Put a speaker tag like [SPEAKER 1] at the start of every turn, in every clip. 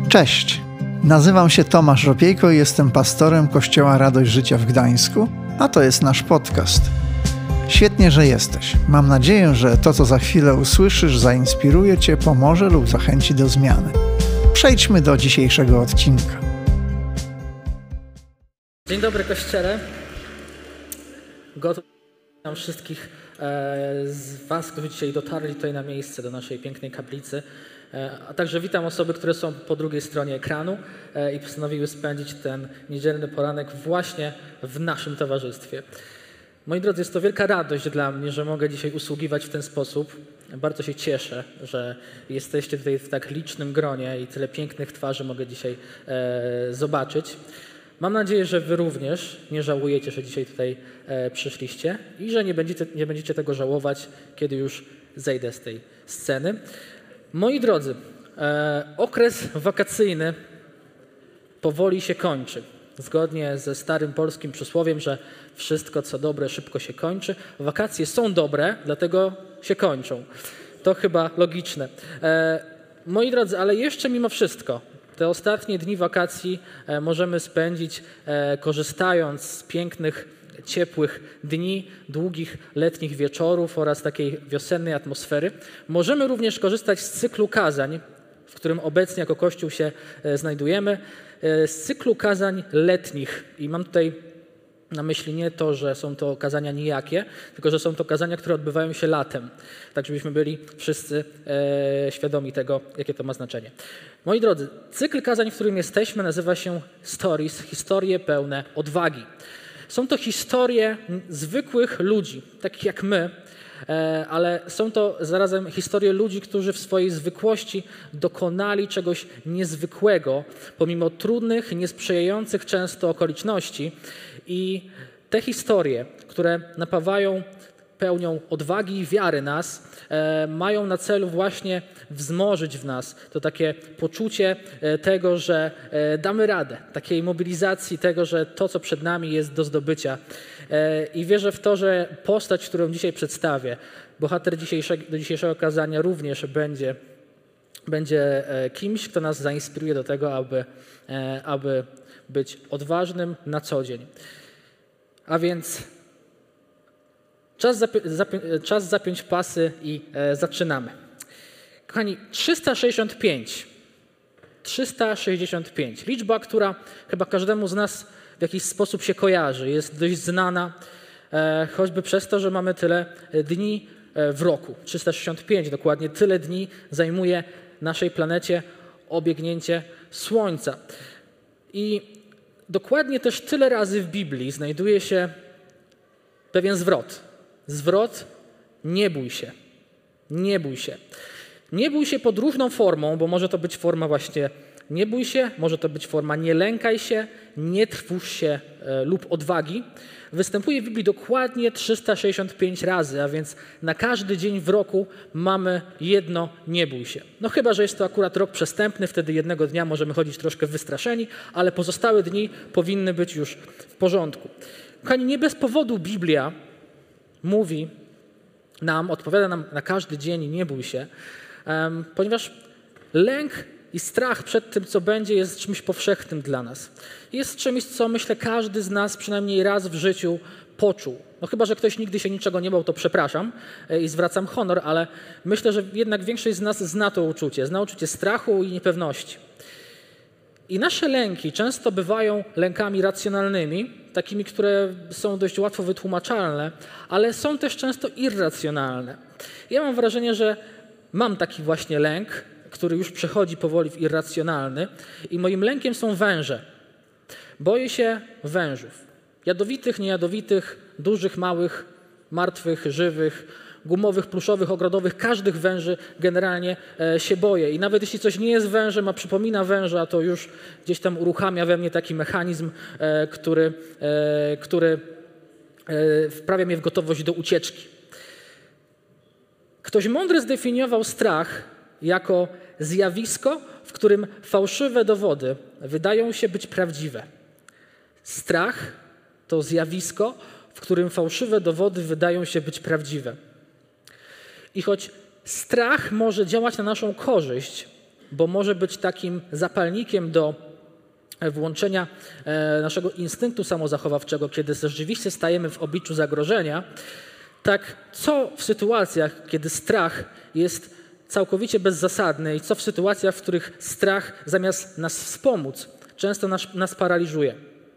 [SPEAKER 1] Cześć, nazywam się Tomasz Ropiejko i jestem pastorem Kościoła Radość Życia w Gdańsku, a to jest nasz podcast. Świetnie, że jesteś. Mam nadzieję, że to, co za chwilę usłyszysz, zainspiruje Cię, pomoże lub zachęci do zmiany. Przejdźmy do dzisiejszego odcinka.
[SPEAKER 2] Dzień dobry, Kościele. Witam wszystkich z Was, którzy dzisiaj dotarli tutaj na miejsce, do naszej pięknej kaplicy. A także witam osoby, które są po drugiej stronie ekranu i postanowiły spędzić ten niedzielny poranek właśnie w naszym towarzystwie. Moi drodzy, jest to wielka radość dla mnie, że mogę dzisiaj usługiwać w ten sposób. Bardzo się cieszę, że jesteście tutaj w tak licznym gronie i tyle pięknych twarzy mogę dzisiaj zobaczyć. Mam nadzieję, że Wy również nie żałujecie, że dzisiaj tutaj przyszliście i że nie będziecie tego żałować, kiedy już zejdę z tej sceny. Moi drodzy, okres wakacyjny powoli się kończy. Zgodnie ze starym polskim przysłowiem, że wszystko co dobre szybko się kończy. Wakacje są dobre, dlatego się kończą. To chyba logiczne. Moi drodzy, ale jeszcze mimo wszystko te ostatnie dni wakacji możemy spędzić korzystając z pięknych, ciepłych dni, długich letnich wieczorów oraz takiej wiosennej atmosfery. Możemy również korzystać z cyklu kazań, w którym obecnie jako Kościół się znajdujemy, z cyklu kazań letnich. I mam tutaj na myśli nie to, że są to kazania nijakie, tylko że są to kazania, które odbywają się latem. Tak, żebyśmy byli wszyscy świadomi tego, jakie to ma znaczenie. Moi drodzy, cykl kazań, w którym jesteśmy, nazywa się Stories, historie pełne odwagi. Są to historie zwykłych ludzi, takich jak my, ale są to zarazem historie ludzi, którzy w swojej zwykłości dokonali czegoś niezwykłego, pomimo trudnych, niesprzyjających często okoliczności. I te historie, które napawają pełnią odwagi i wiary nas, mają na celu właśnie wzmożyć w nas to takie poczucie tego, że damy radę, takiej mobilizacji tego, że to, co przed nami jest do zdobycia. I wierzę w to, że postać, którą dzisiaj przedstawię, bohater dzisiejszego kazania również będzie kimś, kto nas zainspiruje do tego, aby być odważnym na co dzień. A więc czas zapiąć pasy i zaczynamy. Kochani, 365. Liczba, która chyba każdemu z nas w jakiś sposób się kojarzy, jest dość znana, choćby przez to, że mamy tyle dni w roku. 365, dokładnie tyle dni zajmuje naszej planecie obiegnięcie Słońca. I dokładnie też tyle razy w Biblii znajduje się pewien zwrot. Zwrot nie bój się. Nie bój się. Nie bój się pod różną formą, bo może to być forma właśnie nie bój się, może to być forma nie lękaj się, nie trwóż się lub odwagi. Występuje w Biblii dokładnie 365 razy, a więc na każdy dzień w roku mamy jedno nie bój się. No chyba, że jest to akurat rok przestępny, wtedy jednego dnia możemy chodzić troszkę wystraszeni, ale pozostałe dni powinny być już w porządku. Kochani, nie bez powodu Biblia mówi nam, odpowiada nam na każdy dzień nie bój się, ponieważ lęk i strach przed tym, co będzie, jest czymś powszechnym dla nas. Jest czymś, co myślę każdy z nas przynajmniej raz w życiu poczuł. No chyba, że ktoś nigdy się niczego nie bał, to przepraszam i zwracam honor, ale myślę, że jednak większość z nas zna to uczucie. Zna uczucie strachu i niepewności. I nasze lęki często bywają lękami racjonalnymi, takimi, które są dość łatwo wytłumaczalne, ale są też często irracjonalne. Ja mam wrażenie, że mam taki właśnie lęk, który już przechodzi powoli w irracjonalny i moim lękiem są węże. Boję się wężów. Jadowitych, niejadowitych, dużych, małych, martwych, żywych, gumowych, pluszowych, ogrodowych. Każdych węży generalnie się boję. I nawet jeśli coś nie jest wężem, a przypomina węża, to już gdzieś tam uruchamia we mnie taki mechanizm, który wprawia mnie w gotowość do ucieczki. Ktoś mądry zdefiniował strach jako zjawisko, w którym fałszywe dowody wydają się być prawdziwe. Strach to zjawisko, w którym fałszywe dowody wydają się być prawdziwe. I choć strach może działać na naszą korzyść, bo może być takim zapalnikiem do włączenia naszego instynktu samozachowawczego, kiedy rzeczywiście stajemy w obliczu zagrożenia, tak co w sytuacjach, kiedy strach jest całkowicie bezzasadny i co w sytuacjach, w których strach zamiast nas wspomóc, często nas paraliżuje.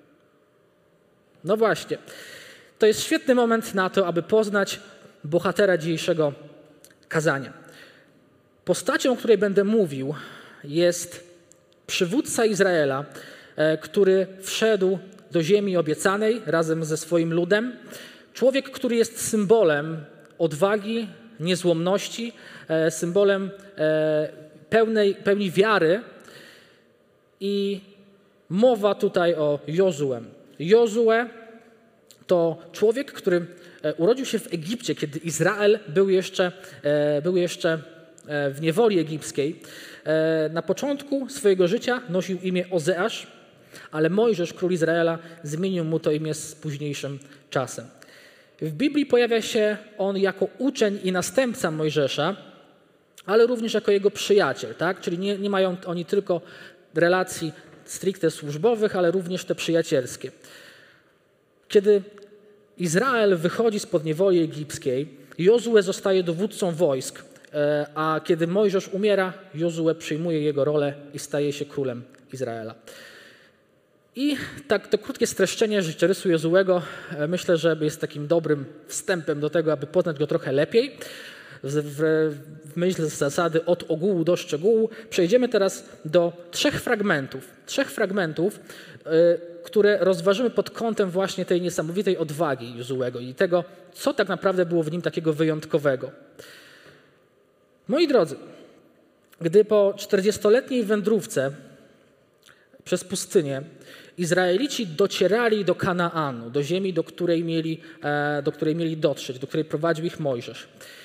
[SPEAKER 2] No właśnie, to jest świetny moment na to, aby poznać bohatera dzisiejszego kazania. Postacią, o której będę mówił, jest przywódca Izraela, który wszedł do ziemi obiecanej razem ze swoim ludem. Człowiek, który jest symbolem odwagi, niezłomności, symbolem pełni wiary. I mowa tutaj o Jozue. Jozue to człowiek, który urodził się w Egipcie, kiedy Izrael był jeszcze w niewoli egipskiej. Na początku swojego życia nosił imię Ozeasz, ale Mojżesz, król Izraela, zmienił mu to imię z późniejszym czasem. W Biblii pojawia się on jako uczeń i następca Mojżesza, ale również jako jego przyjaciel, tak? Czyli nie mają oni tylko relacji stricte służbowych, ale również te przyjacielskie. Kiedy Izrael wychodzi spod niewoli egipskiej, Jozue zostaje dowódcą wojsk, a kiedy Mojżesz umiera, Jozue przyjmuje jego rolę i staje się królem Izraela. I tak to krótkie streszczenie życiorysu Jozuego myślę, że jest takim dobrym wstępem do tego, aby poznać go trochę lepiej. W myśl zasady od ogółu do szczegółu przejdziemy teraz do trzech fragmentów, które rozważymy pod kątem właśnie tej niesamowitej odwagi Jozuego i tego, co tak naprawdę było w nim takiego wyjątkowego. Moi drodzy, gdy po 40-letniej wędrówce przez pustynię Izraelici docierali do Kanaanu, do ziemi, do której mieli dotrzeć, do której prowadził ich Mojżesz.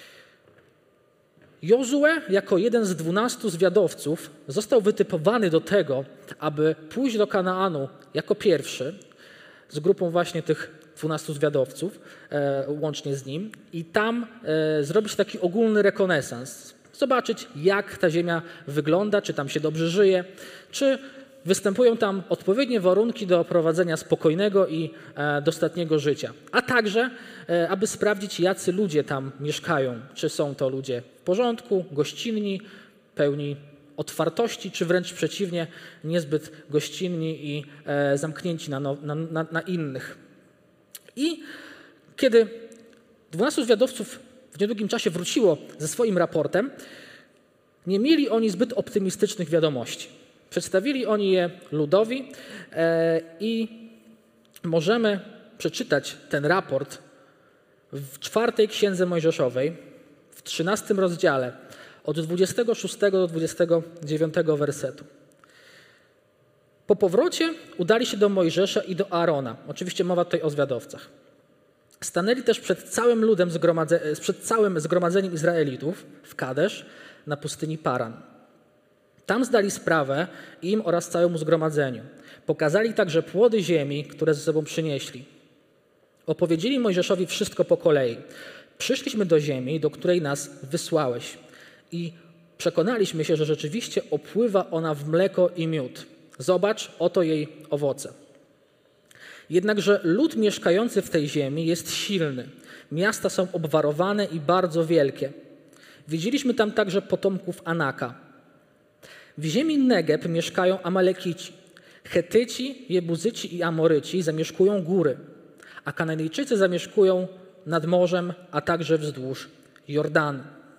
[SPEAKER 2] Jozue jako jeden z 12 zwiadowców został wytypowany do tego, aby pójść do Kanaanu jako pierwszy z grupą właśnie tych 12 zwiadowców, łącznie z nim, i tam zrobić taki ogólny rekonesans. Zobaczyć, jak ta ziemia wygląda, czy tam się dobrze żyje, czy występują tam odpowiednie warunki do prowadzenia spokojnego i dostatniego życia. A także, aby sprawdzić, jacy ludzie tam mieszkają. Czy są to ludzie w porządku, gościnni, pełni otwartości, czy wręcz przeciwnie, niezbyt gościnni i zamknięci na innych. I kiedy 12 zwiadowców w niedługim czasie wróciło ze swoim raportem, nie mieli oni zbyt optymistycznych wiadomości. Przedstawili oni je ludowi i możemy przeczytać ten raport w 4 Księdze Mojżeszowej, w 13 rozdziale, od 26 do 29 wersetu. Po powrocie udali się do Mojżesza i do Aarona. Oczywiście mowa tutaj o zwiadowcach. Stanęli też przed całym zgromadzeniem Izraelitów w Kadesz na pustyni Paran. Tam zdali sprawę im oraz całemu zgromadzeniu. Pokazali także płody ziemi, które ze sobą przynieśli. Opowiedzieli Mojżeszowi wszystko po kolei. Przyszliśmy do ziemi, do której nas wysłałeś i przekonaliśmy się, że rzeczywiście opływa ona w mleko i miód. Zobacz, oto jej owoce. Jednakże lud mieszkający w tej ziemi jest silny. Miasta są obwarowane i bardzo wielkie. Widzieliśmy tam także potomków Anaka. W ziemi Negeb mieszkają Amalekici. Chetyci, Jebuzyci i Amoryci zamieszkują góry, a Kananejczycy zamieszkują nad morzem, a także wzdłuż Jordanu.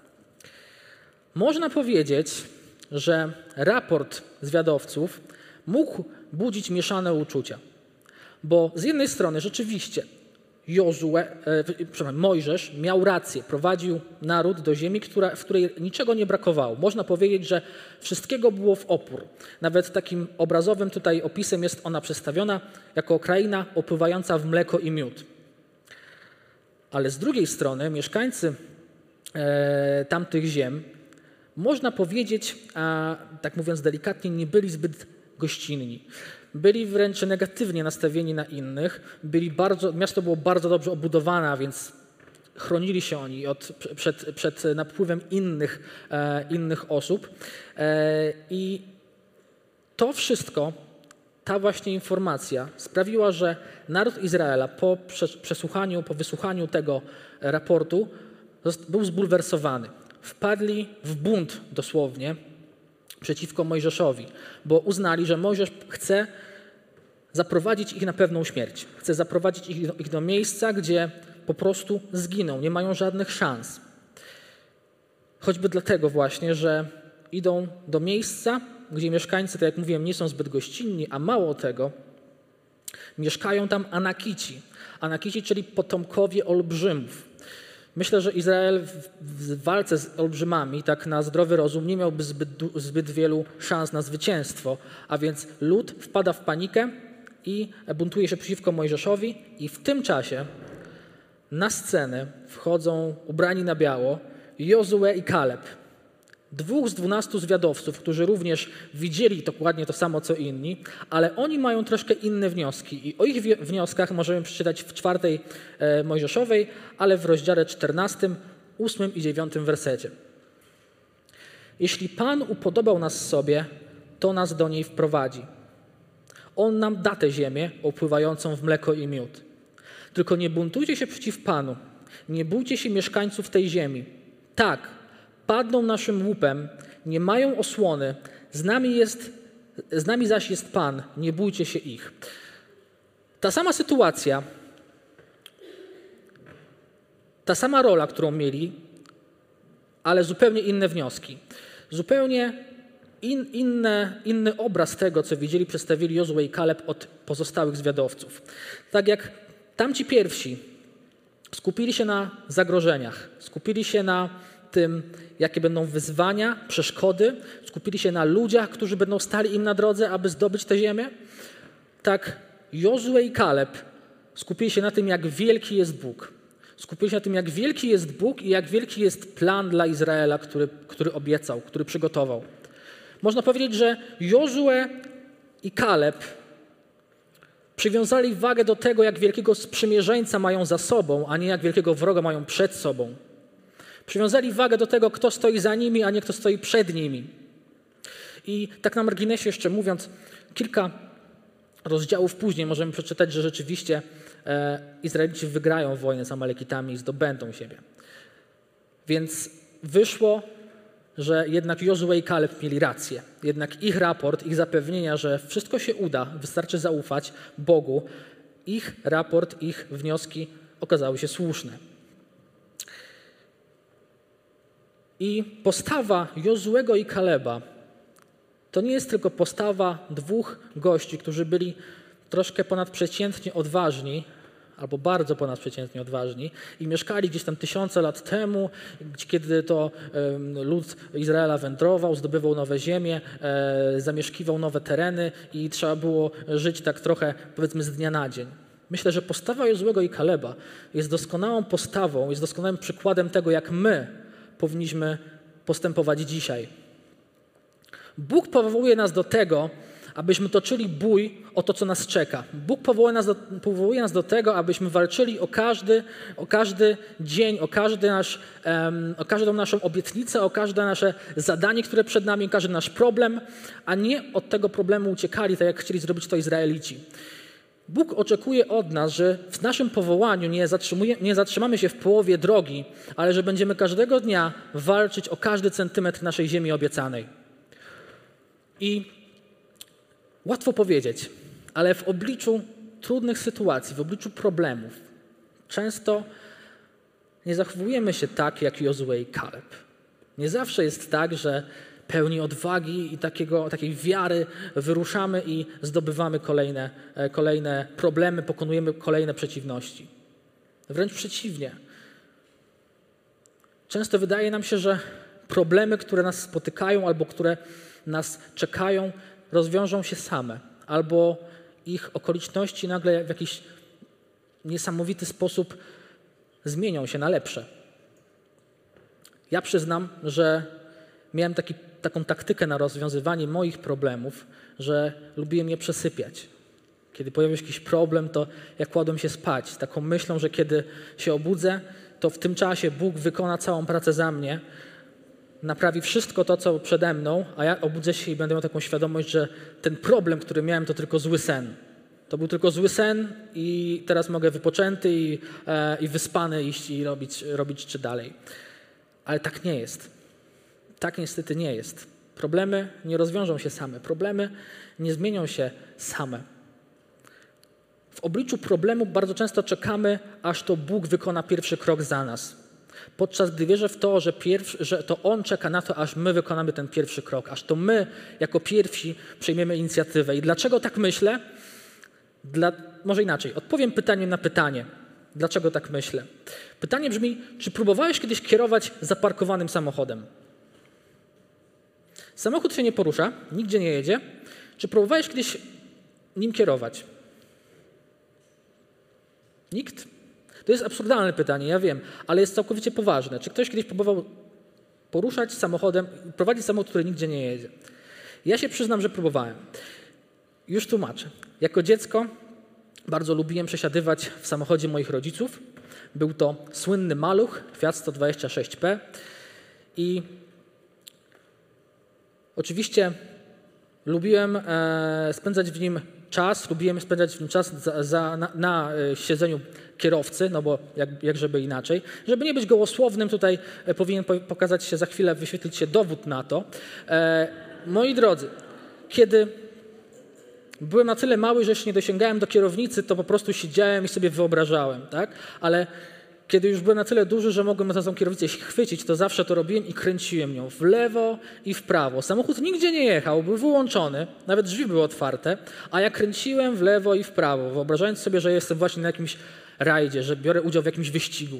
[SPEAKER 2] Można powiedzieć, że raport zwiadowców mógł budzić mieszane uczucia. Bo z jednej strony rzeczywiście Mojżesz miał rację, prowadził naród do ziemi, w której niczego nie brakowało. Można powiedzieć, że wszystkiego było w opór. Nawet takim obrazowym tutaj opisem jest ona przedstawiona jako kraina opływająca w mleko i miód. Ale z drugiej strony mieszkańcy tamtych ziem, można powiedzieć, tak mówiąc delikatnie, nie byli zbyt gościnni. Byli wręcz negatywnie nastawieni na innych. Miasto było bardzo dobrze obudowane, a więc chronili się oni przed napływem innych osób. I to wszystko, ta właśnie informacja sprawiła, że naród Izraela po wysłuchaniu tego raportu był zbulwersowany. Wpadli w bunt dosłownie przeciwko Mojżeszowi, bo uznali, że Mojżesz chce zaprowadzić ich na pewną śmierć. Chce zaprowadzić ich do miejsca, gdzie po prostu zginą, nie mają żadnych szans. Choćby dlatego właśnie, że idą do miejsca, gdzie mieszkańcy, tak jak mówiłem, nie są zbyt gościnni, a mało tego, mieszkają tam Anakici. Anakici, czyli potomkowie olbrzymów. Myślę, że Izrael w walce z olbrzymami, tak na zdrowy rozum, nie miałby zbyt wielu szans na zwycięstwo, a więc lud wpada w panikę i buntuje się przeciwko Mojżeszowi i w tym czasie na scenę wchodzą ubrani na biało Jozue i Kaleb. 2 z 12 zwiadowców, którzy również widzieli dokładnie to samo co inni, ale oni mają troszkę inne wnioski i o ich wnioskach możemy przeczytać w 4 Mojżeszowej, ale w rozdziale 14, 8 i 9 wersecie. Jeśli Pan upodobał nas sobie, to nas do niej wprowadzi. On nam da tę ziemię opływającą w mleko i miód. Tylko nie buntujcie się przeciw Panu, nie bójcie się mieszkańców tej ziemi. Tak, padną naszym łupem, nie mają osłony, z nami zaś jest Pan, nie bójcie się ich. Ta sama sytuacja, ta sama rola, którą mieli, ale zupełnie inne wnioski. Zupełnie inny obraz tego, co widzieli, przedstawili Jozue i Kaleb od pozostałych zwiadowców. Tak jak tamci pierwsi skupili się na zagrożeniach, skupili się na tym, jakie będą wyzwania, przeszkody, skupili się na ludziach, którzy będą stali im na drodze, aby zdobyć tę ziemię, tak Jozue i Kaleb skupili się na tym, jak wielki jest Bóg. Skupili się na tym, jak wielki jest Bóg i jak wielki jest plan dla Izraela, który obiecał, który przygotował. Można powiedzieć, że Jozue i Kaleb przywiązali wagę do tego, jak wielkiego sprzymierzeńca mają za sobą, a nie jak wielkiego wroga mają przed sobą. Przywiązali wagę do tego, kto stoi za nimi, a nie kto stoi przed nimi. I tak na marginesie jeszcze mówiąc, kilka rozdziałów później możemy przeczytać, że rzeczywiście Izraelici wygrają wojnę z Amalekitami i zdobędą siebie. Więc wyszło, że jednak Jozue i Kaleb mieli rację. Jednak ich raport, ich zapewnienia, że wszystko się uda, wystarczy zaufać Bogu, ich raport, ich wnioski okazały się słuszne. I postawa Jozuego i Kaleba to nie jest tylko postawa 2 gości, którzy byli troszkę ponadprzeciętnie odważni, albo bardzo ponadprzeciętnie odważni i mieszkali gdzieś tam tysiące lat temu, kiedy to lud Izraela wędrował, zdobywał nowe ziemie, zamieszkiwał nowe tereny i trzeba było żyć tak trochę, powiedzmy, z dnia na dzień. Myślę, że postawa Jozuego i Kaleba jest doskonałą postawą, jest doskonałym przykładem tego, jak my powinniśmy postępować dzisiaj. Bóg powołuje nas do tego, abyśmy toczyli bój o to, co nas czeka. Bóg powołuje nas do tego, abyśmy walczyli o każdy dzień, o każdą naszą obietnicę, o każde nasze zadanie, które przed nami, każdy nasz problem, a nie od tego problemu uciekali, tak jak chcieli zrobić to Izraelici. Bóg oczekuje od nas, że w naszym powołaniu nie zatrzymamy się w połowie drogi, ale że będziemy każdego dnia walczyć o każdy centymetr naszej ziemi obiecanej. I łatwo powiedzieć, ale w obliczu trudnych sytuacji, w obliczu problemów często nie zachowujemy się tak jak Jozue i Kaleb. Nie zawsze jest tak, że pełni odwagi i takiej wiary wyruszamy i zdobywamy kolejne problemy, pokonujemy kolejne przeciwności. Wręcz przeciwnie. Często wydaje nam się, że problemy, które nas spotykają albo które nas czekają, rozwiążą się same, albo ich okoliczności nagle w jakiś niesamowity sposób zmienią się na lepsze. Ja przyznam, że miałem taką taktykę na rozwiązywanie moich problemów, że lubiłem je przesypiać. Kiedy pojawił się jakiś problem, to ja kładłem się spać z taką myślą, że kiedy się obudzę, to w tym czasie Bóg wykona całą pracę za mnie, naprawi wszystko to, co przede mną, a ja obudzę się i będę miał taką świadomość, że ten problem, który miałem, to tylko zły sen. To był tylko zły sen i teraz mogę wypoczęty i wyspany iść i robić czy dalej. Ale tak nie jest. Tak niestety nie jest. Problemy nie rozwiążą się same. Problemy nie zmienią się same. W obliczu problemu bardzo często czekamy, aż to Bóg wykona pierwszy krok za nas. Podczas gdy wierzę w to, że to On czeka na to, aż my wykonamy ten pierwszy krok, aż to my jako pierwsi przejmiemy inicjatywę. I dlaczego tak myślę? Może inaczej, odpowiem pytaniem na pytanie. Dlaczego tak myślę? Pytanie brzmi, czy próbowałeś kiedyś kierować zaparkowanym samochodem? Samochód się nie porusza, nigdzie nie jedzie. Czy próbowałeś kiedyś nim kierować? Nikt? To jest absurdalne pytanie, ja wiem, ale jest całkowicie poważne. Czy ktoś kiedyś próbował poruszać samochodem, prowadzić samochód, który nigdzie nie jedzie? Ja się przyznam, że próbowałem. Już tłumaczę. Jako dziecko bardzo lubiłem przesiadywać w samochodzie moich rodziców. Był to słynny Maluch, Fiat 126P i oczywiście lubiłem spędzać w nim czas na siedzeniu kierowcy, no bo jak żeby inaczej. Żeby nie być gołosłownym, tutaj powinien pokazać się za chwilę, wyświetlić się dowód na to. Moi drodzy, kiedy byłem na tyle mały, że jeszcze nie dosięgałem do kierownicy, to po prostu siedziałem i sobie wyobrażałem, tak? Ale kiedy już byłem na tyle duży, że mogłem za tą kierownicę się chwycić, to zawsze to robiłem i kręciłem ją w lewo i w prawo. Samochód nigdzie nie jechał, był wyłączony, nawet drzwi były otwarte, a ja kręciłem w lewo i w prawo, wyobrażając sobie, że jestem właśnie na jakimś rajdzie, że biorę udział w jakimś wyścigu.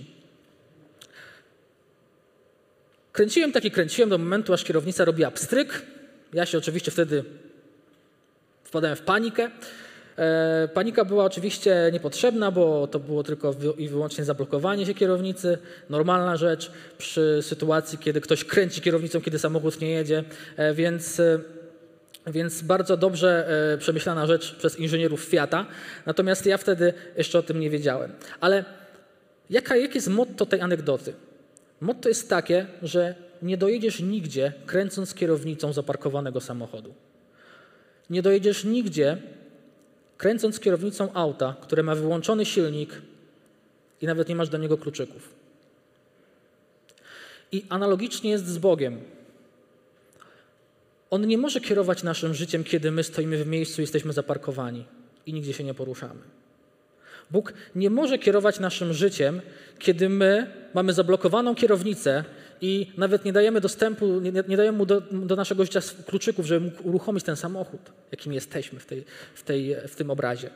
[SPEAKER 2] Kręciłem do momentu, aż kierownica robiła pstryk. Ja się oczywiście wtedy wpadałem w panikę. Panika była oczywiście niepotrzebna, bo to było tylko i wyłącznie zablokowanie się kierownicy. Normalna rzecz przy sytuacji, kiedy ktoś kręci kierownicą, kiedy samochód nie jedzie. Więc bardzo dobrze przemyślana rzecz przez inżynierów Fiata. Natomiast ja wtedy jeszcze o tym nie wiedziałem. Ale jakie jest motto tej anegdoty? Motto jest takie, że nie dojedziesz nigdzie, kręcąc kierownicą zaparkowanego samochodu. Nie dojedziesz nigdzie, kręcąc kierownicą auta, które ma wyłączony silnik i nawet nie masz do niego kluczyków. I analogicznie jest z Bogiem. On nie może kierować naszym życiem, kiedy my stoimy w miejscu, jesteśmy zaparkowani i nigdzie się nie poruszamy. Bóg nie może kierować naszym życiem, kiedy my mamy zablokowaną kierownicę i nawet nie dajemy dostępu, nie dajemy mu do naszego życia kluczyków, żeby mógł uruchomić ten samochód, jakim jesteśmy w tym obrazie.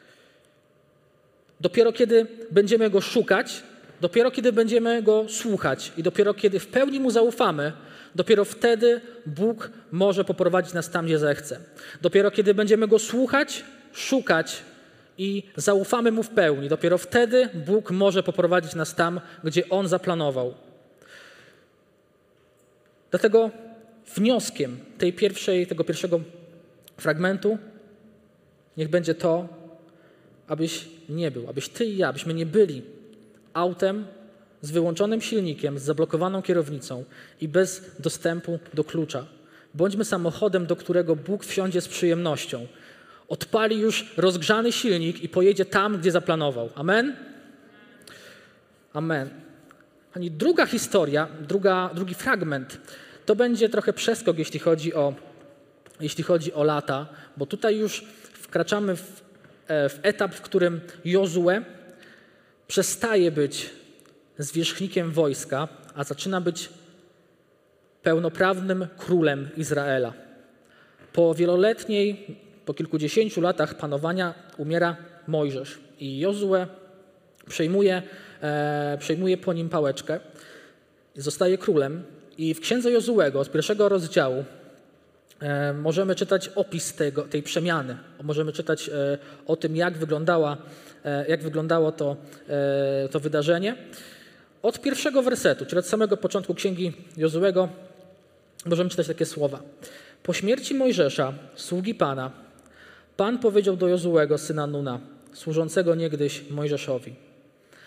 [SPEAKER 2] Dopiero kiedy będziemy go szukać, dopiero kiedy będziemy go słuchać i dopiero kiedy w pełni mu zaufamy, dopiero wtedy Bóg może poprowadzić nas tam, gdzie zechce. Dopiero kiedy będziemy go słuchać, szukać i zaufamy mu w pełni, dopiero wtedy Bóg może poprowadzić nas tam, gdzie On zaplanował. Dlatego wnioskiem tego pierwszego fragmentu niech będzie to, abyś ty i ja, abyśmy nie byli autem z wyłączonym silnikiem, z zablokowaną kierownicą i bez dostępu do klucza. Bądźmy samochodem, do którego Bóg wsiądzie z przyjemnością. Odpali już rozgrzany silnik i pojedzie tam, gdzie zaplanował. Amen? Amen. Ani druga historia, drugi fragment, to będzie trochę przeskok, jeśli chodzi o lata, bo tutaj już wkraczamy w etap, w którym Jozue przestaje być zwierzchnikiem wojska, a zaczyna być pełnoprawnym królem Izraela. Po kilkudziesięciu latach panowania umiera Mojżesz i Jozue przejmuje po nim pałeczkę, zostaje królem i w księdze Jozuego z 1 rozdziału możemy czytać opis tej przemiany. Możemy czytać o tym, jak wyglądało to wydarzenie. Od 1 wersetu, czyli od samego początku księgi Jozuego, możemy czytać takie słowa. Po śmierci Mojżesza, sługi Pana, Pan powiedział do Jozuego, syna Nuna, służącego niegdyś Mojżeszowi.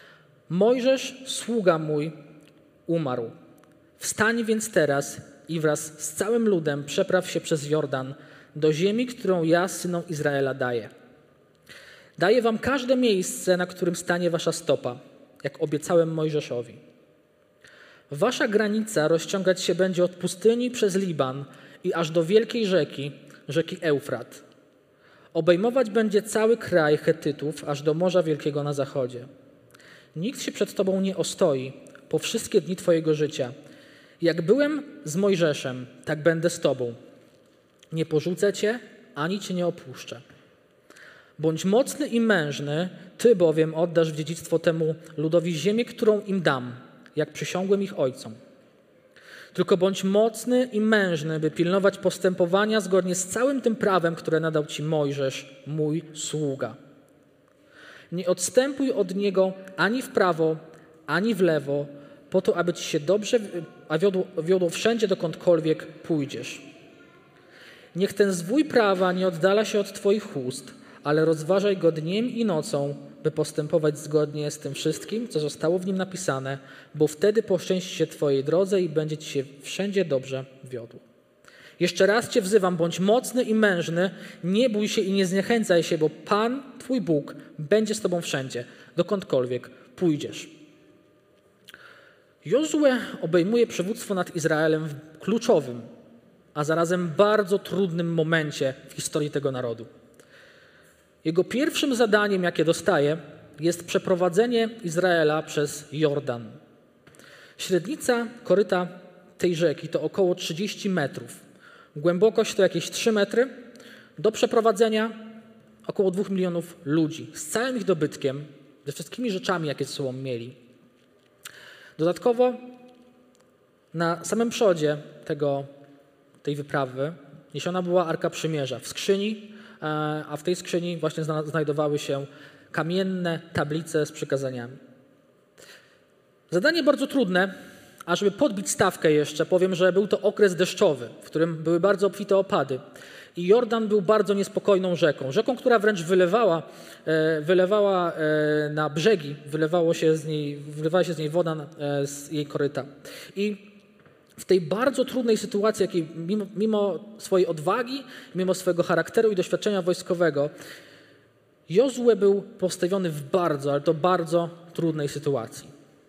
[SPEAKER 2] Mojżesz, sługa mój, umarł. Wstań więc teraz i wraz z całym ludem przepraw się przez Jordan do ziemi, którą ja synom Izraela daję. Daję wam każde miejsce, na którym stanie wasza stopa, jak obiecałem Mojżeszowi. Wasza granica rozciągać się będzie od pustyni przez Liban i aż do wielkiej rzeki Eufrat. Obejmować będzie cały kraj Chetytów, aż do Morza Wielkiego na zachodzie. Nikt się przed tobą nie ostoi po wszystkie dni twojego życia. Jak byłem z Mojżeszem, tak będę z tobą. Nie porzucę cię, ani cię nie opuszczę. Bądź mocny i mężny, ty bowiem oddasz w dziedzictwo temu ludowi ziemię, którą im dam, jak przysiągłem ich ojcom. Tylko bądź mocny i mężny, by pilnować postępowania zgodnie z całym tym prawem, które nadał ci Mojżesz, mój sługa. Nie odstępuj od niego ani w prawo, ani w lewo, po to, aby ci się dobrze wiodło wszędzie, dokądkolwiek pójdziesz. Niech ten zwój prawa nie oddala się od twoich ust, ale rozważaj go dniem i nocą, by postępować zgodnie z tym wszystkim, co zostało w nim napisane, bo wtedy poszczęści się twojej drodze i będzie ci się wszędzie dobrze wiodło. Jeszcze raz cię wzywam, bądź mocny i mężny, nie bój się i nie zniechęcaj się, bo Pan, twój Bóg, będzie z tobą wszędzie, dokądkolwiek pójdziesz. Jozue obejmuje przywództwo nad Izraelem w kluczowym, a zarazem bardzo trudnym momencie w historii tego narodu. Jego pierwszym zadaniem, jakie dostaje, jest przeprowadzenie Izraela przez Jordan. Średnica koryta tej rzeki to około 30 metrów. Głębokość to jakieś 3 metry. Do przeprowadzenia około 2 milionów ludzi z całym ich dobytkiem, ze wszystkimi rzeczami, jakie ze sobą mieli. Dodatkowo na samym przodzie tej wyprawy niesiona była Arka Przymierza w skrzyni, a w tej skrzyni właśnie znajdowały się kamienne tablice z przykazaniami. Zadanie bardzo trudne, a żeby podbić stawkę jeszcze, powiem, że był to okres deszczowy, w którym były bardzo obfite opady. I Jordan był bardzo niespokojną rzeką, która wręcz wylewała na brzegi, wylewała się z niej woda z jej koryta. I w tej bardzo trudnej sytuacji, jakiej mimo swojej odwagi, mimo swojego charakteru i doświadczenia wojskowego, Jozue był postawiony w bardzo trudnej sytuacji.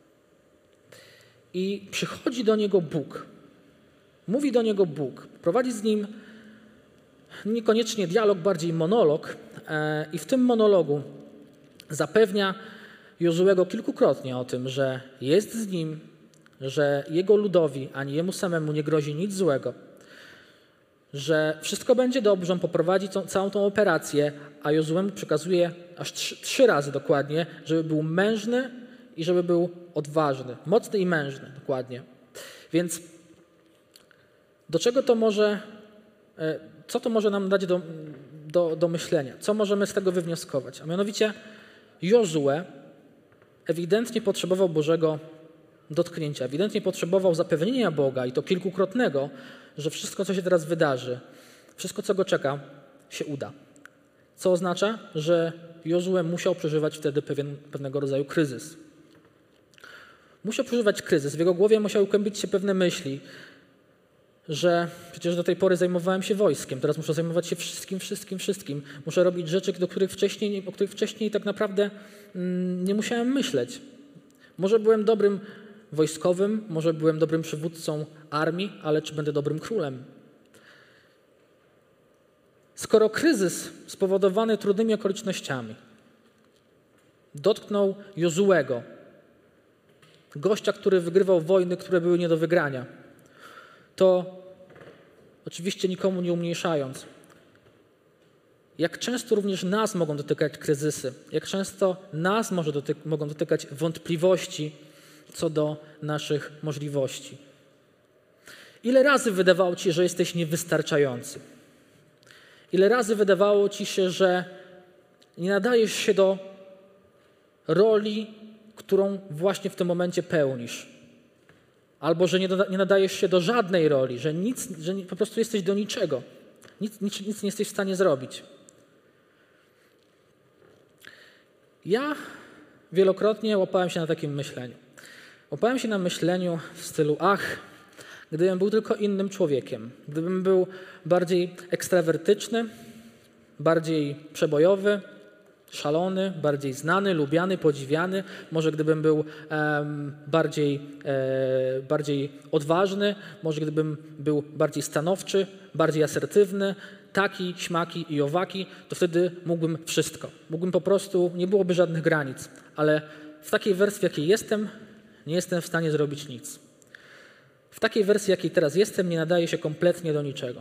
[SPEAKER 2] I przychodzi do niego Bóg. Mówi do niego Bóg. Prowadzi z nim niekoniecznie dialog, bardziej monolog. I w tym monologu zapewnia Jozuego kilkukrotnie o tym, że jest z nim, że jego ludowi, ani jemu samemu nie grozi nic złego, że wszystko będzie dobrze, on poprowadzi całą tą operację, a Jozuemu przekazuje aż 3 razy dokładnie, żeby był mężny i żeby był odważny, mocny i mężny, dokładnie. Więc do czego to może, co to może nam dać do myślenia? Co możemy z tego wywnioskować? A mianowicie Jozue ewidentnie potrzebował Bożego dotknięcia, ewidentnie potrzebował zapewnienia Boga i to kilkukrotnego, że wszystko, co się teraz wydarzy, wszystko, co go czeka, się uda. Co oznacza, że Jozue musiał przeżywać wtedy pewnego rodzaju kryzys. Musiał przeżywać kryzys. W jego głowie musiały kłębić się pewne myśli, że przecież do tej pory zajmowałem się wojskiem, teraz muszę zajmować się wszystkim. Muszę robić rzeczy, o których wcześniej tak naprawdę nie musiałem myśleć. Może byłem dobrym wojskowym, może byłem dobrym przywódcą armii, ale czy będę dobrym królem? Skoro kryzys spowodowany trudnymi okolicznościami dotknął Jozuego, gościa, który wygrywał wojny, które były nie do wygrania, to oczywiście nikomu nie umniejszając, jak często również nas mogą dotykać kryzysy, jak często nas mogą dotykać wątpliwości co do naszych możliwości. Ile razy wydawało ci się, że jesteś niewystarczający? Ile razy wydawało ci się, że nie nadajesz się do roli, którą właśnie w tym momencie pełnisz? Albo że nie nadajesz się do żadnej roli, że po prostu jesteś do niczego. Nic nie jesteś w stanie zrobić. Ja wielokrotnie łapałem się na takim myśleniu. Łapałem się na myśleniu w stylu, gdybym był tylko innym człowiekiem, gdybym był bardziej ekstrawertyczny, bardziej przebojowy, szalony, bardziej znany, lubiany, podziwiany, może gdybym był bardziej odważny, może gdybym był bardziej stanowczy, bardziej asertywny, taki, śmaki i owaki, to wtedy mógłbym wszystko. Mógłbym po prostu, nie byłoby żadnych granic, ale w takiej wersji, w jakiej jestem, nie jestem w stanie zrobić nic. W takiej wersji, jakiej teraz jestem, nie nadaje się kompletnie do niczego.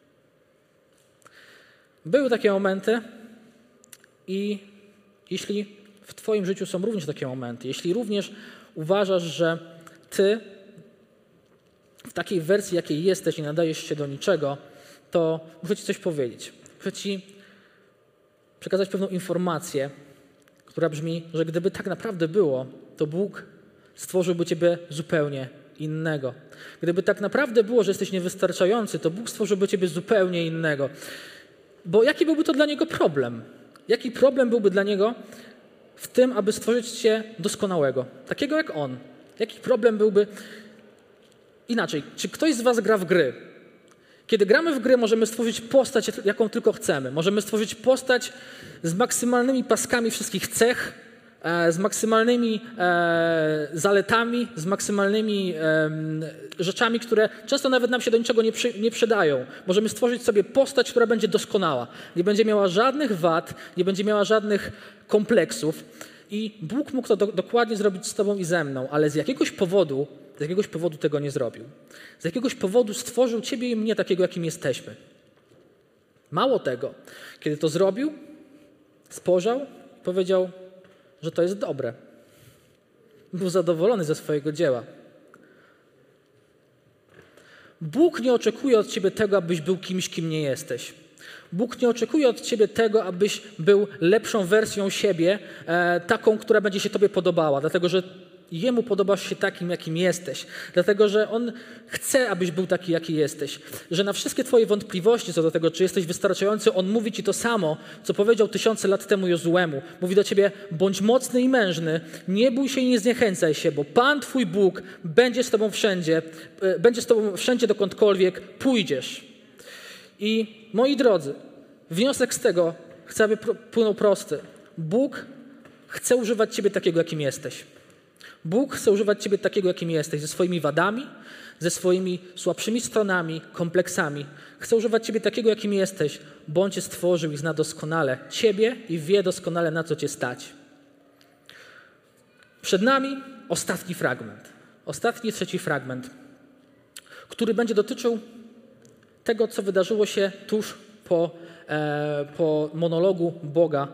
[SPEAKER 2] Były takie momenty i jeśli w Twoim życiu są również takie momenty, jeśli również uważasz, że Ty w takiej wersji, jakiej jesteś, nie nadajesz się do niczego, to muszę Ci coś powiedzieć. Muszę Ci przekazać pewną informację, która brzmi, że gdyby tak naprawdę było, to Bóg stworzyłby Ciebie zupełnie innego. Gdyby tak naprawdę było, że jesteś niewystarczający, to Bóg stworzyłby Ciebie zupełnie innego. Bo jaki byłby to dla Niego problem? Jaki problem byłby dla Niego w tym, aby stworzyć Cię doskonałego, takiego jak On? Jaki problem byłby inaczej? Czy ktoś z Was gra w gry? Kiedy gramy w gry, możemy stworzyć postać, jaką tylko chcemy. Możemy stworzyć postać z maksymalnymi paskami wszystkich cech, z maksymalnymi zaletami, z maksymalnymi rzeczami, które często nawet nam się do niczego nie przydają. Możemy stworzyć sobie postać, która będzie doskonała. Nie będzie miała żadnych wad, nie będzie miała żadnych kompleksów. I Bóg mógł to dokładnie zrobić z Tobą i ze mną, ale z jakiegoś powodu tego nie zrobił. Z jakiegoś powodu stworzył Ciebie i mnie takiego, jakim jesteśmy. Mało tego, kiedy to zrobił, spojrzał i powiedział, że to jest dobre. Był zadowolony ze swojego dzieła. Bóg nie oczekuje od Ciebie tego, abyś był kimś, kim nie jesteś. Bóg nie oczekuje od Ciebie tego, abyś był lepszą wersją siebie, taką, która będzie się Tobie podobała, dlatego że Jemu podobasz się takim, jakim jesteś. Dlatego, że On chce, abyś był taki, jaki jesteś. Że na wszystkie Twoje wątpliwości co do tego, czy jesteś wystarczający, On mówi Ci to samo, co powiedział 1000 lat temu Jozuemu. Mówi do Ciebie, bądź mocny i mężny, nie bój się i nie zniechęcaj się, bo Pan Twój Bóg będzie z Tobą wszędzie, dokądkolwiek pójdziesz. I moi drodzy, wniosek z tego chcę, aby płynął prosty. Bóg chce używać Ciebie takiego, jakim jesteś. Bóg chce używać Ciebie takiego, jakim jesteś, ze swoimi wadami, ze swoimi słabszymi stronami, kompleksami. Chce używać Ciebie takiego, jakim jesteś, bo On Cię stworzył i zna doskonale Ciebie i wie doskonale, na co Cię stać. Przed nami ostatni fragment. Ostatni, trzeci fragment, który będzie dotyczył tego, co wydarzyło się tuż po monologu Boga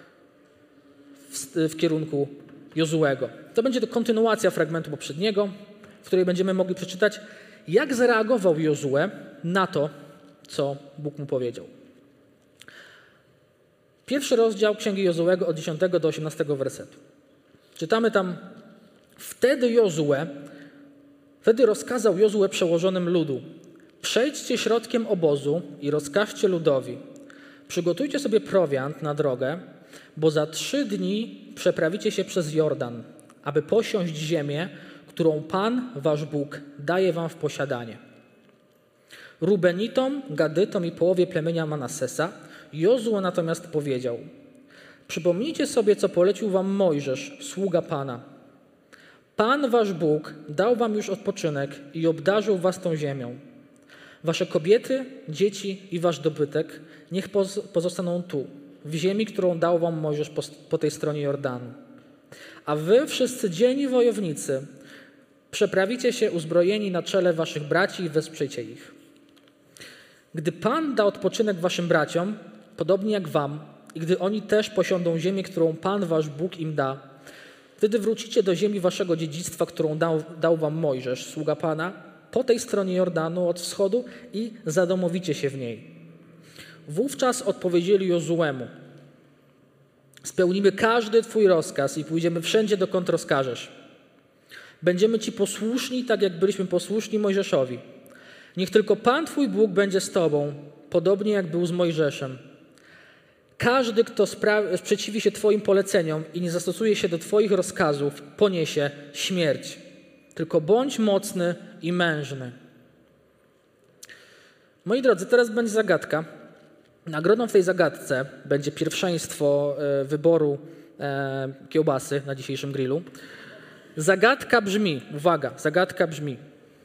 [SPEAKER 2] w kierunku Jozuego. To będzie to kontynuacja fragmentu poprzedniego, w której będziemy mogli przeczytać, jak zareagował Jozue na to, co Bóg mu powiedział. Pierwszy rozdział Księgi Jozuego od 10 do 18 wersetu. Czytamy tam, wtedy rozkazał Jozue przełożonym ludu, przejdźcie środkiem obozu i rozkażcie ludowi, przygotujcie sobie prowiant na drogę, bo za 3 dni przeprawicie się przez Jordan, aby posiąść ziemię, którą Pan, wasz Bóg, daje wam w posiadanie. Rubenitom, Gadytom i połowie plemienia Manassesa Jozue natomiast powiedział, przypomnijcie sobie, co polecił wam Mojżesz, sługa Pana. Pan, wasz Bóg, dał wam już odpoczynek i obdarzył was tą ziemią. Wasze kobiety, dzieci i wasz dobytek niech pozostaną tu, w ziemi, którą dał wam Mojżesz po tej stronie Jordanu. A wy, wszyscy dzielni wojownicy, przeprawicie się uzbrojeni na czele waszych braci i wesprzyjcie ich. Gdy Pan da odpoczynek waszym braciom, podobnie jak wam, i gdy oni też posiądą ziemię, którą Pan, wasz Bóg im da, wtedy wrócicie do ziemi waszego dziedzictwa, którą dał wam Mojżesz, sługa Pana, po tej stronie Jordanu od wschodu i zadomowicie się w niej. Wówczas odpowiedzieli Jozuemu, spełnimy każdy Twój rozkaz i pójdziemy wszędzie, dokąd rozkażesz. Będziemy Ci posłuszni, tak jak byliśmy posłuszni Mojżeszowi. Niech tylko Pan Twój Bóg będzie z Tobą, podobnie jak był z Mojżeszem. Każdy, kto sprzeciwi się Twoim poleceniom i nie zastosuje się do Twoich rozkazów, poniesie śmierć. Tylko bądź mocny i mężny. Moi drodzy, teraz będzie zagadka. Nagrodą w tej zagadce będzie pierwszeństwo wyboru kiełbasy na dzisiejszym grillu. Zagadka brzmi, uwaga, zagadka brzmi.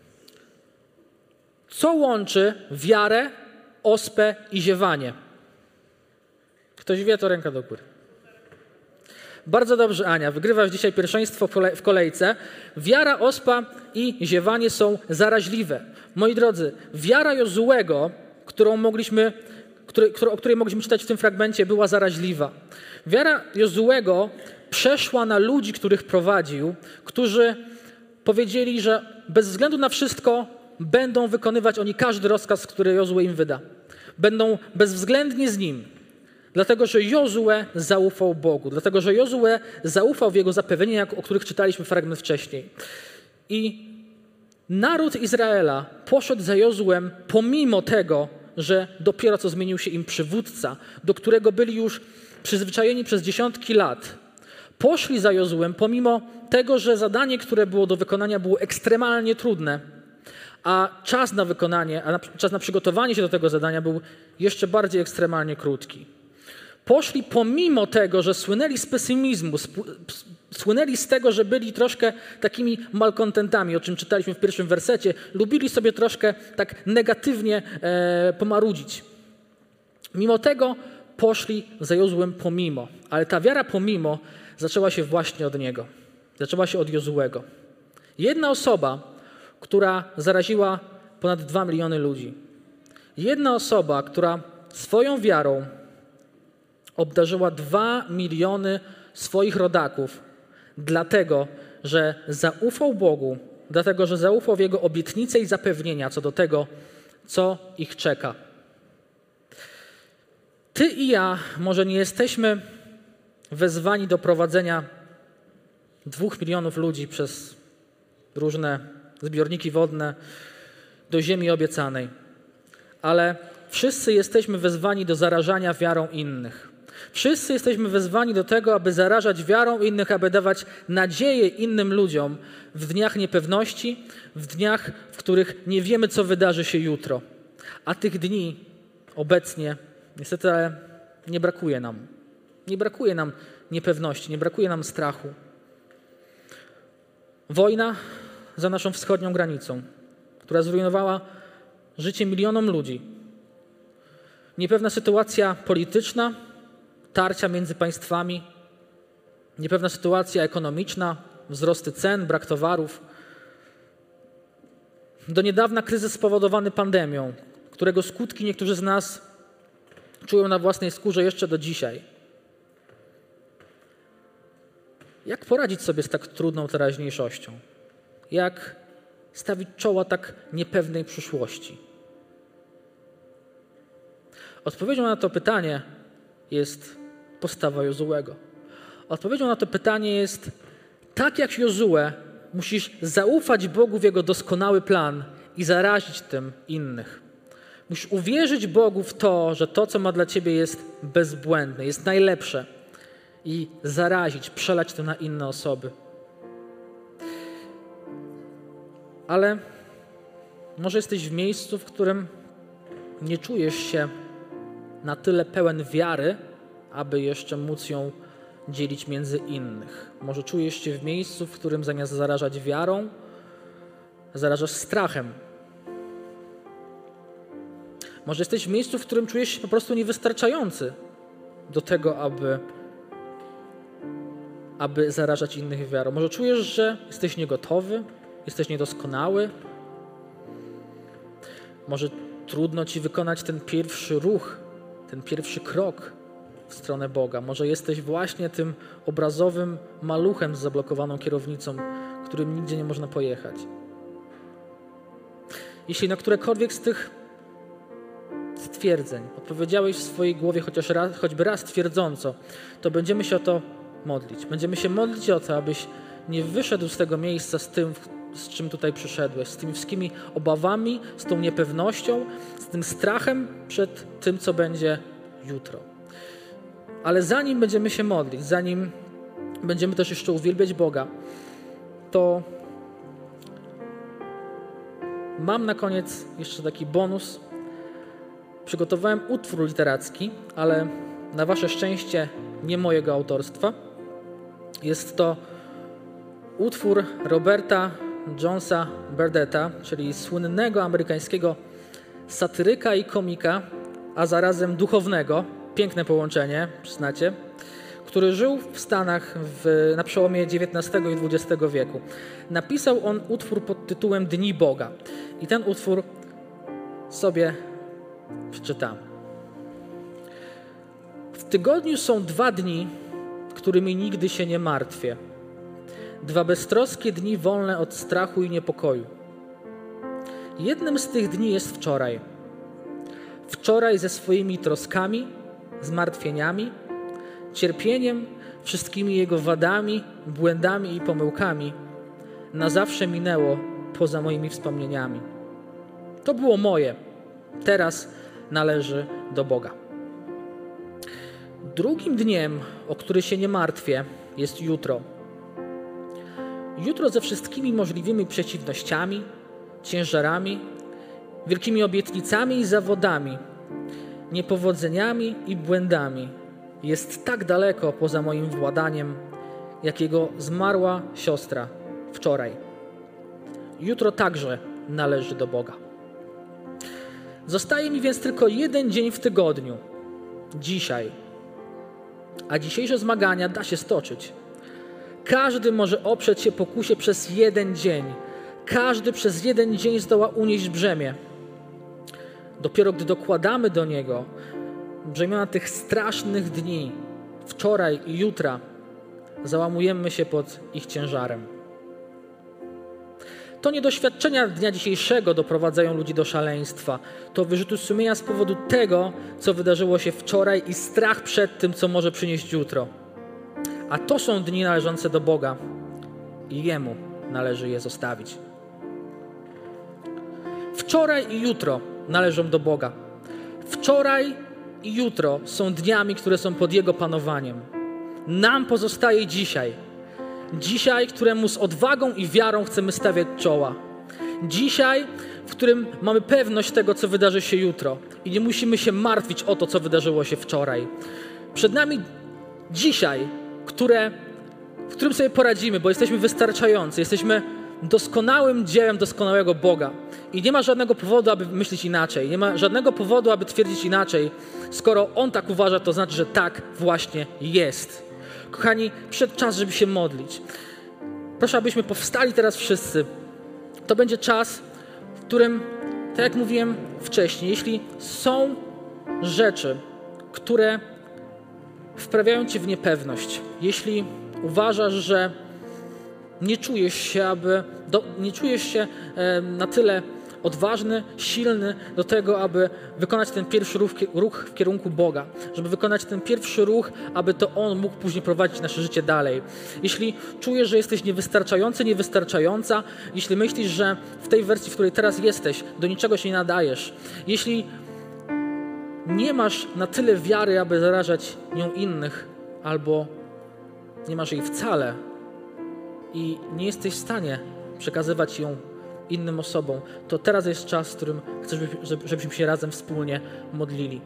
[SPEAKER 2] Co łączy wiarę, ospę i ziewanie? Ktoś wie, to ręka do góry. Bardzo dobrze, Ania. Wygrywasz dzisiaj pierwszeństwo w kolejce. Wiara, ospa i ziewanie są zaraźliwe. Moi drodzy, wiara Jozułego, o której mogliśmy czytać w tym fragmencie, była zaraźliwa. Wiara Jozułego przeszła na ludzi, których prowadził, którzy powiedzieli, że bez względu na wszystko będą wykonywać oni każdy rozkaz, który Jozue im wyda. Będą bezwzględnie z nim. Dlatego, że Jozue zaufał Bogu. Dlatego, że Jozue zaufał w jego zapewnienia, o których czytaliśmy fragment wcześniej. I naród Izraela poszedł za Jozuem pomimo tego, że dopiero co zmienił się im przywódca, do którego byli już przyzwyczajeni przez dziesiątki lat. Poszli za Jozuem pomimo tego, że zadanie, które było do wykonania, było ekstremalnie trudne, a czas na wykonanie, czas na przygotowanie się do tego zadania był jeszcze bardziej ekstremalnie krótki. Poszli pomimo tego, że słynęli z pesymizmu, słynęli z tego, że byli troszkę takimi malkontentami, o czym czytaliśmy w pierwszym wersecie, lubili sobie troszkę tak negatywnie pomarudzić. Mimo tego poszli za Jozuem pomimo, ale ta wiara pomimo zaczęła się właśnie od niego, zaczęła się od Jozuego. Jedna osoba, która zaraziła ponad 2 miliony ludzi. Jedna osoba, która swoją wiarą obdarzyła 2 miliony swoich rodaków, dlatego, że zaufał Bogu, dlatego, że zaufał w Jego obietnice i zapewnienia co do tego, co ich czeka. Ty i ja może nie jesteśmy wezwani do prowadzenia 2 milionów ludzi przez różne zbiorniki wodne do ziemi obiecanej, ale wszyscy jesteśmy wezwani do zarażania wiarą innych. Wszyscy jesteśmy wezwani do tego, aby zarażać wiarą innych, aby dawać nadzieję innym ludziom w dniach niepewności, w dniach, w których nie wiemy, co wydarzy się jutro. A tych dni obecnie niestety nie brakuje nam. Nie brakuje nam niepewności, nie brakuje nam strachu. Wojna za naszą wschodnią granicą, która zrujnowała życie milionom ludzi. Niepewna sytuacja polityczna, tarcia między państwami, niepewna sytuacja ekonomiczna, wzrosty cen, brak towarów. Do niedawna kryzys spowodowany pandemią, którego skutki niektórzy z nas czują na własnej skórze jeszcze do dzisiaj. Jak poradzić sobie z tak trudną teraźniejszością? Jak stawić czoła tak niepewnej przyszłości? Odpowiedzią na to pytanie jest postawa Jozuego. Odpowiedzią na to pytanie jest, tak jak Jozue, musisz zaufać Bogu w Jego doskonały plan i zarazić tym innych. Musisz uwierzyć Bogu w to, że to, co ma dla ciebie, jest bezbłędne, jest najlepsze i zarazić, przelać to na inne osoby. Ale może jesteś w miejscu, w którym nie czujesz się na tyle pełen wiary, aby jeszcze móc ją dzielić między innych. Może czujesz się w miejscu, w którym zamiast zarażać wiarą, zarażasz strachem. Może jesteś w miejscu, w którym czujesz się po prostu niewystarczający do tego, aby zarażać innych wiarą. Może czujesz, że jesteś niegotowy, jesteś niedoskonały. Może trudno ci wykonać ten pierwszy ruch, ten pierwszy krok w stronę Boga. Może jesteś właśnie tym obrazowym maluchem z zablokowaną kierownicą, którym nigdzie nie można pojechać. Jeśli na którekolwiek z tych stwierdzeń odpowiedziałeś w swojej głowie choćby raz twierdząco, to będziemy się o to modlić. Będziemy się modlić o to, abyś nie wyszedł z tego miejsca z tym, z czym tutaj przyszedłeś, z tymi wszystkimi obawami, z tą niepewnością, z tym strachem przed tym, co będzie jutro. Ale zanim będziemy się modlić, zanim będziemy też jeszcze uwielbiać Boga, to mam na koniec jeszcze taki bonus. Przygotowałem utwór literacki, ale na wasze szczęście nie mojego autorstwa. Jest to utwór Roberta Jonesa Burdetta, czyli słynnego amerykańskiego satyryka i komika, a zarazem duchownego, piękne połączenie, przyznacie, który żył w Stanach na przełomie XIX i XX wieku. Napisał on utwór pod tytułem Dni Boga. I ten utwór sobie przeczytam. W tygodniu są 2 dni, którymi nigdy się nie martwię. 2 beztroskie dni wolne od strachu i niepokoju. Jednym z tych dni jest wczoraj. Wczoraj ze swoimi troskami, zmartwieniami, cierpieniem, wszystkimi jego wadami, błędami i pomyłkami na zawsze minęło poza moimi wspomnieniami. To było moje. Teraz należy do Boga. Drugim dniem, o który się nie martwię, jest jutro. Jutro ze wszystkimi możliwymi przeciwnościami, ciężarami, wielkimi obietnicami i zawodami, niepowodzeniami i błędami jest tak daleko poza moim władaniem, jak jego zmarła siostra wczoraj. Jutro także należy do Boga. Zostaje mi więc tylko 1 dzień w tygodniu, dzisiaj. A dzisiejsze zmagania da się stoczyć. Każdy może oprzeć się pokusie przez 1 dzień. Każdy przez 1 dzień zdoła unieść brzemię. Dopiero gdy dokładamy do niego brzemiona tych strasznych dni, wczoraj i jutra, załamujemy się pod ich ciężarem. To nie doświadczenia dnia dzisiejszego doprowadzają ludzi do szaleństwa. To wyrzuty sumienia z powodu tego, co wydarzyło się wczoraj i strach przed tym, co może przynieść jutro. A to są dni należące do Boga i Jemu należy je zostawić. Wczoraj i jutro należą do Boga. Wczoraj i jutro są dniami, które są pod Jego panowaniem. Nam pozostaje dzisiaj. Dzisiaj, któremu z odwagą i wiarą chcemy stawiać czoła. Dzisiaj, w którym mamy pewność tego, co wydarzy się jutro. I nie musimy się martwić o to, co wydarzyło się wczoraj. Przed nami dzisiaj, w którym sobie poradzimy, bo jesteśmy wystarczający. Jesteśmy doskonałym dziełem doskonałego Boga. I nie ma żadnego powodu, aby myśleć inaczej. Nie ma żadnego powodu, aby twierdzić inaczej. Skoro On tak uważa, to znaczy, że tak właśnie jest. Kochani, przyszedł czas, żeby się modlić. Proszę, abyśmy powstali teraz wszyscy. To będzie czas, w którym, tak jak mówiłem wcześniej, jeśli są rzeczy, które wprawiają cię w niepewność, jeśli uważasz, że nie czujesz się na tyle odważny, silny do tego, aby wykonać ten pierwszy ruch w kierunku Boga, żeby wykonać ten pierwszy ruch, aby to On mógł później prowadzić nasze życie dalej. Jeśli czujesz, że jesteś niewystarczający, niewystarczająca, jeśli myślisz, że w tej wersji, w której teraz jesteś, do niczego się nie nadajesz, jeśli nie masz na tyle wiary, aby zarażać nią innych, albo nie masz jej wcale i nie jesteś w stanie przekazywać ją innym osobom, to teraz jest czas, w którym chcę, żebyśmy się razem wspólnie modlili.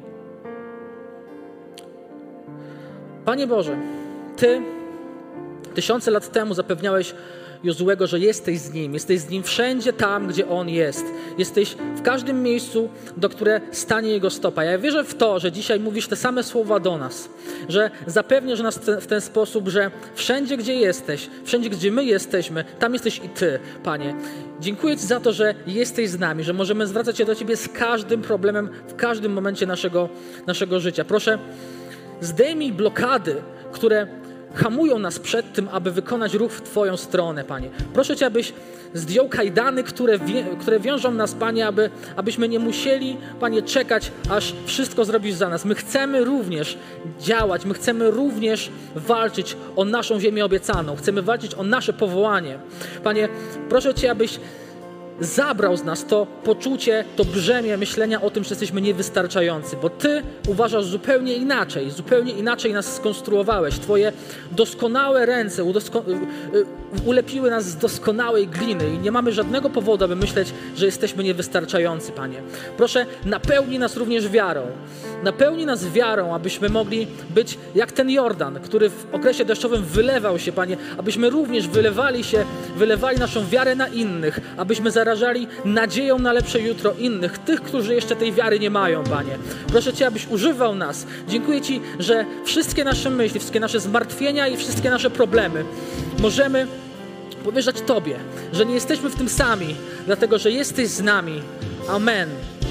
[SPEAKER 2] Panie Boże, Ty 1000 lat temu zapewniałeś Jozuego, że jesteś z Nim wszędzie tam, gdzie On jest. Jesteś w każdym miejscu, do które stanie Jego stopa. Ja wierzę w to, że dzisiaj mówisz te same słowa do nas, że zapewniasz nas w ten sposób, że wszędzie, gdzie jesteś, wszędzie, gdzie my jesteśmy, tam jesteś i Ty, Panie. Dziękuję Ci za to, że jesteś z nami, że możemy zwracać się do Ciebie z każdym problemem w każdym momencie naszego życia. Proszę, zdejmij blokady, które hamują nas przed tym, aby wykonać ruch w Twoją stronę, Panie. Proszę Cię, abyś zdjął kajdany, które wiążą nas, Panie, abyśmy nie musieli, Panie, czekać, aż wszystko zrobisz za nas. My chcemy również działać, my chcemy również walczyć o naszą ziemię obiecaną. Chcemy walczyć o nasze powołanie. Panie, proszę Cię, abyś zabrał z nas to poczucie, to brzemię myślenia o tym, że jesteśmy niewystarczający, bo Ty uważasz zupełnie inaczej nas skonstruowałeś. Twoje doskonałe ręce ulepiły nas z doskonałej gliny i nie mamy żadnego powodu, aby myśleć, że jesteśmy niewystarczający, Panie. Proszę, napełnij nas również wiarą. Napełnij nas wiarą, abyśmy mogli być jak ten Jordan, który w okresie deszczowym wylewał się, Panie, abyśmy również wylewali naszą wiarę na innych, abyśmy zarażali nadzieją na lepsze jutro innych, tych, którzy jeszcze tej wiary nie mają, Panie. Proszę Cię, abyś używał nas. Dziękuję Ci, że wszystkie nasze myśli, wszystkie nasze zmartwienia i wszystkie nasze problemy możemy powierzać Tobie, że nie jesteśmy w tym sami, dlatego że jesteś z nami. Amen.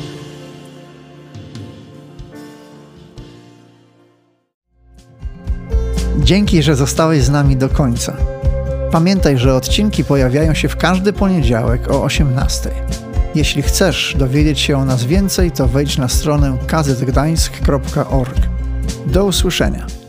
[SPEAKER 1] Dzięki, że zostałeś z nami do końca. Pamiętaj, że odcinki pojawiają się w każdy poniedziałek o 18:00. Jeśli chcesz dowiedzieć się o nas więcej, to wejdź na stronę kazetgdańsk.org. Do usłyszenia.